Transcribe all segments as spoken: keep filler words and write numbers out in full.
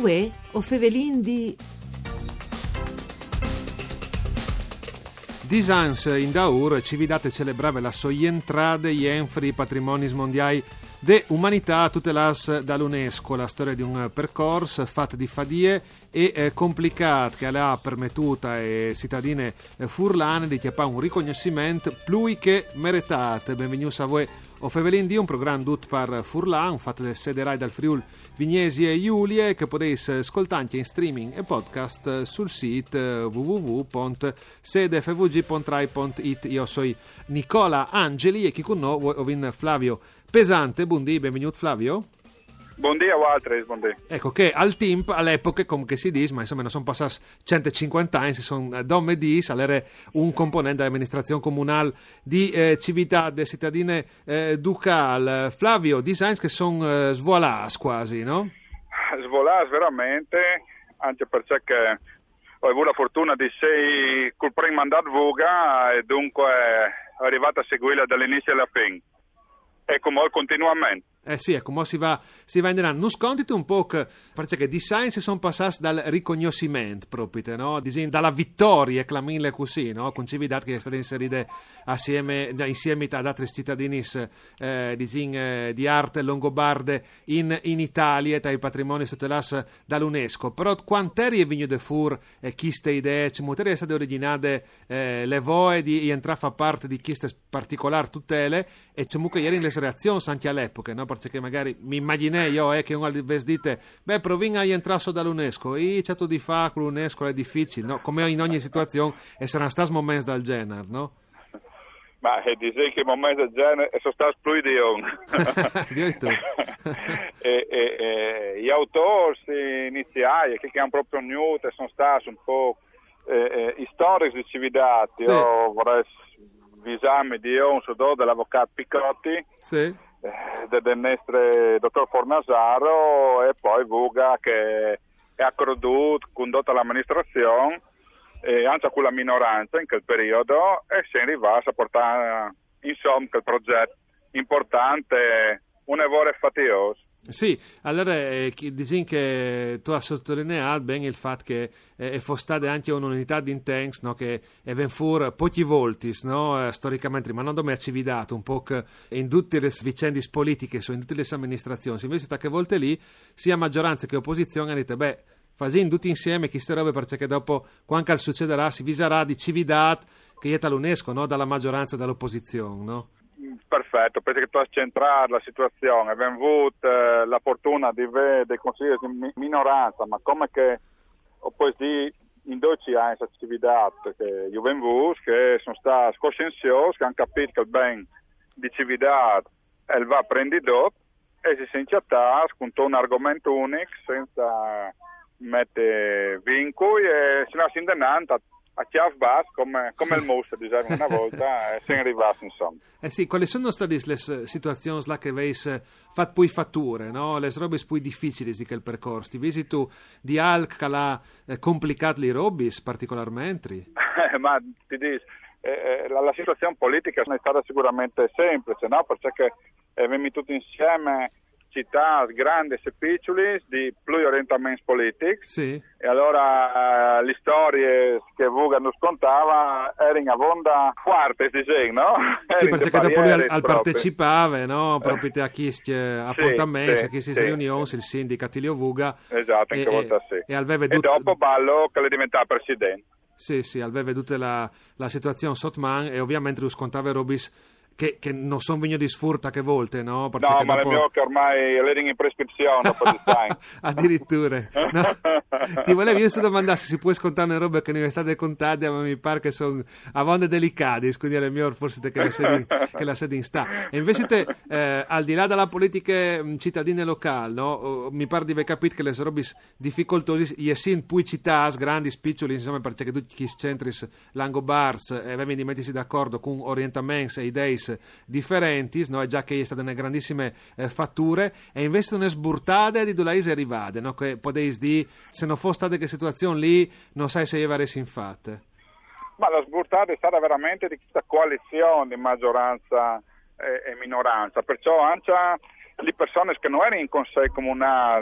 Uè, o Fevelin di... Disans in Daur ci vidate celebrare la soientrade jenfri patrimonis mondiali de umanità tutelas dall'UNESCO, la storia di un percorso fatto di fadie e eh, complicato che ha permettuto ai cittadine eh, furlane di chiappare un riconoscimento più che meritato. Benvenuti a voi o Fevelin di un programma tutto per Furlan, fatto del sederai dal Friul Vignesi e Giulie, che potete ascoltare anche in streaming e podcast sul sito w w w punto sede f v g punto rai punto it. Io sono Nicola Angeli e chi con noi ho vinto Flavio Pesante. Buondì, benvenuto Flavio. Buondì a Walter, buondì. Ecco che al tempo, all'epoca, come che si dice, ma insomma non sono passati centocinquanta anni, si sono domme di salere un componente dell'amministrazione comunale di eh, civiltà delle cittadine eh, Ducal. Flavio, designs che sono eh, svolati quasi, no? Svolati veramente, anche perché ho avuto la fortuna di essere col primo mandato Vuga e dunque è arrivato a seguirla dall'inizio alla fine. E come continuamente. Eh sì, ecco, mo si va, si va in denaro. Non scontite un po' che, perché design si sono passati dal riconoscimento proprio, no? Disin, dalla vittoria, clamile così, no? Con civiltà che è stata inserita assieme, insieme ad altri cittadini eh, disin, eh, di arte longobarde in, in Italia, tra i patrimoni tutelati dall'UNESCO. Però quant'eri è vigno de fur e eh, chi ste idee, ci muteri è state originate eh, le voe di entrare a far parte di chi ste particolari tutele e comunque ieri le reazioni anche all'epoca, no? Perché magari mi immaginei io eh, che uno avesse dite beh provinga a entrare dall'UNESCO e certo di fa con l'UNESCO è difficile, no? Come in ogni situazione e saranno stati momenti del genere, no? Ma è di che i momenti del genere sono stati più di uno. e, e, e gli autori iniziali che hanno proprio venuto sono stati un po' eh, eh, storici di civiltà. Sì. Io vorrei visarmi di un sodò dell'avvocato Picotti. Sì. del nostro dottor Fornasaro e poi Vuga che ha condotto, condotto l'amministrazione e anche con la minoranza in quel periodo e si è arrivato a portare insomma quel progetto importante, un lavoro faticoso. Sì, allora eh, dici che tu hai sottolineato bene il fatto che eh, è stata anche un'unità di intents, no, che è venuta fuori pochi volti, no, eh, storicamente, ma non come cividato, un po' che in tutte le vicende politiche, in tutte le amministrazioni, invece che volte lì, sia maggioranza che opposizione hanno detto, beh, facendo tutti insieme queste robe perché dopo, quando succederà, si viserà di cividat che è dall'UNESCO, no, dalla maggioranza e dall'opposizione, no? Perfetto, perché tu hai centrato la situazione, abbiamo avuto eh, la fortuna di vedere dei consigli di minoranza, ma come che poi in dodici anni questa civiltà che io vengo che sono stati coscienziosi, che hanno capito che il bene di civiltà e va prendi dopo e si sono chattati con un argomento unico senza mettere vincoli e si è indennato a chiave basso come, come il mouse diciamo una volta e si è arrivato insomma. Eh sì, quali sono state le situazioni là che avete fatto poi fatture, no? Le robe più difficili di quel percorso? Ti vedi tu di Alc che l'ha eh, complicato le robe particolarmente? Ma ti dico, eh, la, la situazione politica non è stata sicuramente semplice, no? Perché abbiamo tutti insieme città grandi e piccole di più orientamenti politici sì. E allora eh, le storie che Vuga non scontava erano a vonda forte, no? Sì, perché dopo lui al, al partecipava, no? Proprio a chi si appuntamenti, sì, a chi si sì, riunioni, sì. Il sindaco Leo Vuga. Esatto, e, in che volta sì. E, e, e dopo ballo che le diventava presidente. Sì, sì, aveva veduto la, la situazione sotman e ovviamente lui scontava Robis Che, che non sono vigno di sfurta che volte, no? Perché no, ma dopo... le mie che ormai le in prescrizione dopo di addirittura. No? Ti volevo io se domandare se si può scontare una roba che non è state contate, ma mi pare che sono a vonde delicate, quindi alle mie forse che la sedi, che la sedi in sta. E invece te, eh, al di là della politica cittadine locali, no? Mi pare di aver capito che le robe difficoltose, gli sin poi città, grandi, spiccioli, insomma, perché tutti i centri langobars eh, avevano di mettersi d'accordo con orientamenti e idee differenti, no? Già che è state una grandissime eh, fatture e invece non è sburtate di dolaise arrivate, no? Che poteis di se non fosse state che situazione lì non sai se avresti infatte. Ma la sburtata è stata veramente di questa coalizione di maggioranza e, e minoranza, perciò anche le persone che non erano in consiglio comunale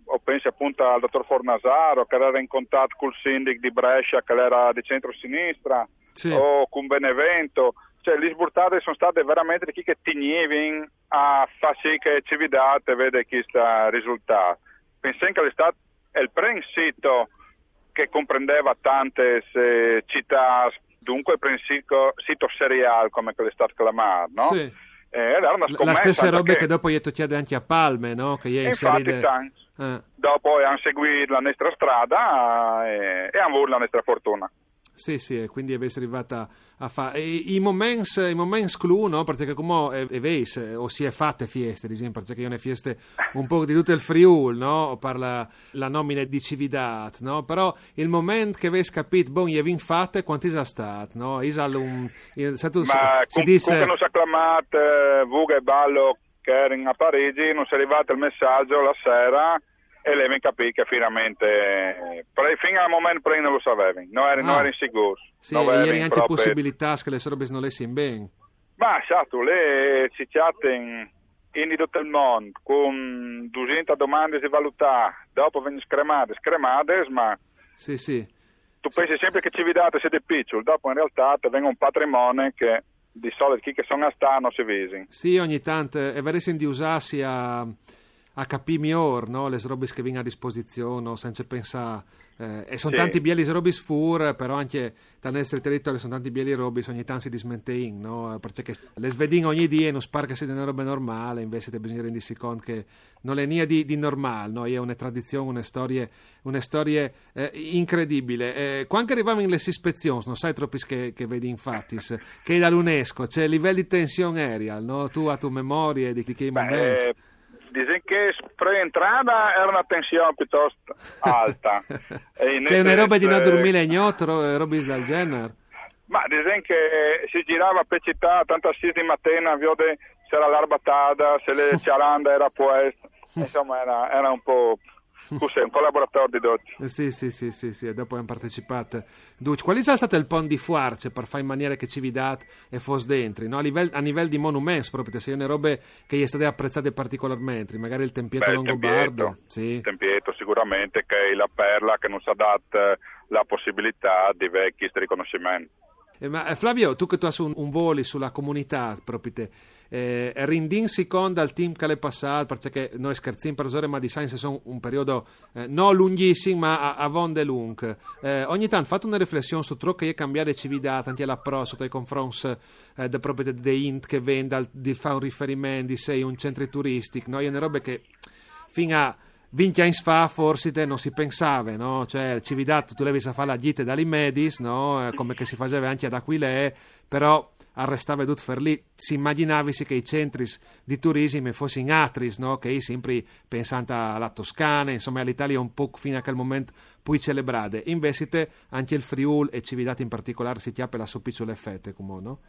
o pensi appunto al dottor Fornasaro che era in contatto col sindaco di Brescia che era di centro-sinistra, sì. o con Benevento, cioè le sburtate sono state veramente di chi che tignivano a far sì che Cividate vede chi sta risultato. Pensate che l'estate è il primo sito che comprendeva tante eh, città, dunque il primo sito, sito seriale come quello è stato chiamato, no? Sì. Eh, era una la stessa roba che... che dopo gli chiede anche a Palme, no? Che gli infatti inserite... eh. dopo hanno seguito la nostra strada e, e hanno avuto la nostra fortuna. Sì, sì, e quindi è arrivata a fare i momenti i momenti clou, no? Perché come è veis o si è fatte feste, ad esempio, perché io ne feste un po' di tutto il Friul, no? Parla la nomina di Cividat, no? Però il momento che avevi capito, boh, gli avete fatte, quanti è stato, no? Isal un se tu, ma si com, dice come non si è acclamato eh, Vuga e Ballo che erano a Parigi, non si è arrivato il messaggio la sera e lei mi capì che finalmente fino al momento prima non lo sapevano, non eri, ah. non eri sicuro. Sì, e ieri anche proprio... possibilità che le robe non le si bene. Ma esatto, le ci chatten in tutto il mondo con duecento domande di valutà, dopo vengono scremate, scremate, ma sì, sì. tu pensi sì. sempre che ci vi date siete piccoli, dopo in realtà te vengono un patrimonio che di solito chi che sono a sta non si visi. Sì, ogni tanto è vero di usarsi a a capire miglior, no? Le robe che vengono a disposizione, senza pensare. Eh, e sono sì. tanti bieli robi sfur, però anche dal nostro territorio sono tanti bieli robi, ogni tanto si dismentein, no? Perché le svedin ogni dia non spara che sia una roba normale, invece bisogna rendersi conto che non è niente di, di normale, no? È una tradizione, una storia, una storia eh, incredibile. Eh, quando arriviamo in le ispezioni, non sai troppo che, che vedi infatti, che è dall'UNESCO, c'è livello di tensione aerea, no? Tu a tua memoria di, di che momenti. Dicono che pre-entrata era una tensione piuttosto alta. C'è una roba di non dormire ignotro, robe del genere? Ma dicono che si girava per città, tanto a sei di mattina, vede c'era l'arbatada, se le ciaranda era puesta, insomma era, era un po'... Cos'è, un collaboratore di Dotti. Sì, sì, sì, sì, sì, e dopo hanno partecipato. Duce, quali sono stato il pon di Fuarce per fare in maniera che ci vi date e fosse dentro, no? A livello a livello di monumenti proprio, se sono robe che gli state apprezzate particolarmente, magari il Tempietto Longobardo. Sì. Il Tempietto sicuramente, che è la perla che non si ha dato la possibilità di vecchi riconoscimenti. Eh, ma Flavio, tu che tu hai un, un voli sulla comunità proprio te, eh, rindin seconda al team che l'è passato, perché noi scherziamo per ore, ma di scienze sono un periodo eh, non lunghissimo, ma a, a vonde lung. Eh, ogni tanto fate una riflessione su ciò che è cambiare civiltà, tanti all'approccio nei confronti eh, da proprio dei int che vende, di fare un riferimento, di sei un centro turistico, no? È una roba che fino a venti anni fa forse te non si pensava, no? Cioè Cividat tu levi a fare la gite dall'Imedis, no? Come che si faceva anche ad Aquilea, però arrestava tutto per lì, si immaginavi che i centri di turismo fossero in atris, no? Che io sempre pensando alla Toscana, insomma all'Italia un po' fino a quel momento poi celebrate, invece te, anche il Friul e Cividat in particolare si chiappa la soppicciole fette, come no?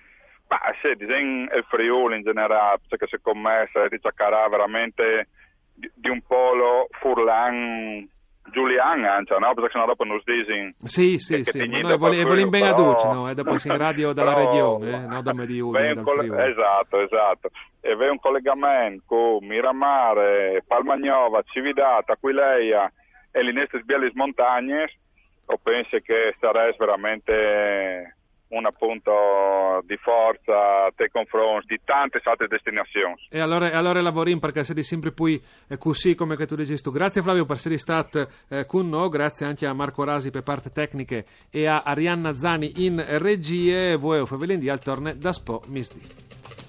Ma sì, disegno il Friul in generale, perché secondo me si ricaccherà veramente di, di un polo Furlan Giulian anche, no? Perché sennò dopo non si dicono sì, sì, sì, ma noi vogliamo voli ben a duci, no? E dopo si in radio dalla però, regione, eh? No? Dome di Udine, dal coll- esatto, esatto. E vede un collegamento con Miramare, Palmagnova, Cividata, Aquileia e le nostre belle montagne, o penso che sarebbe veramente un appunto di forza nei confronti di tante altre destinazioni. E allora, allora lavoriamo perché sei sempre poi eh, così come che tu dici tu. Grazie Flavio per essere stato eh, con noi, grazie anche a Marco Rasi per parte tecniche e a Arianna Zani in regie. Voi o Favelin di al torne da Spo Misdi.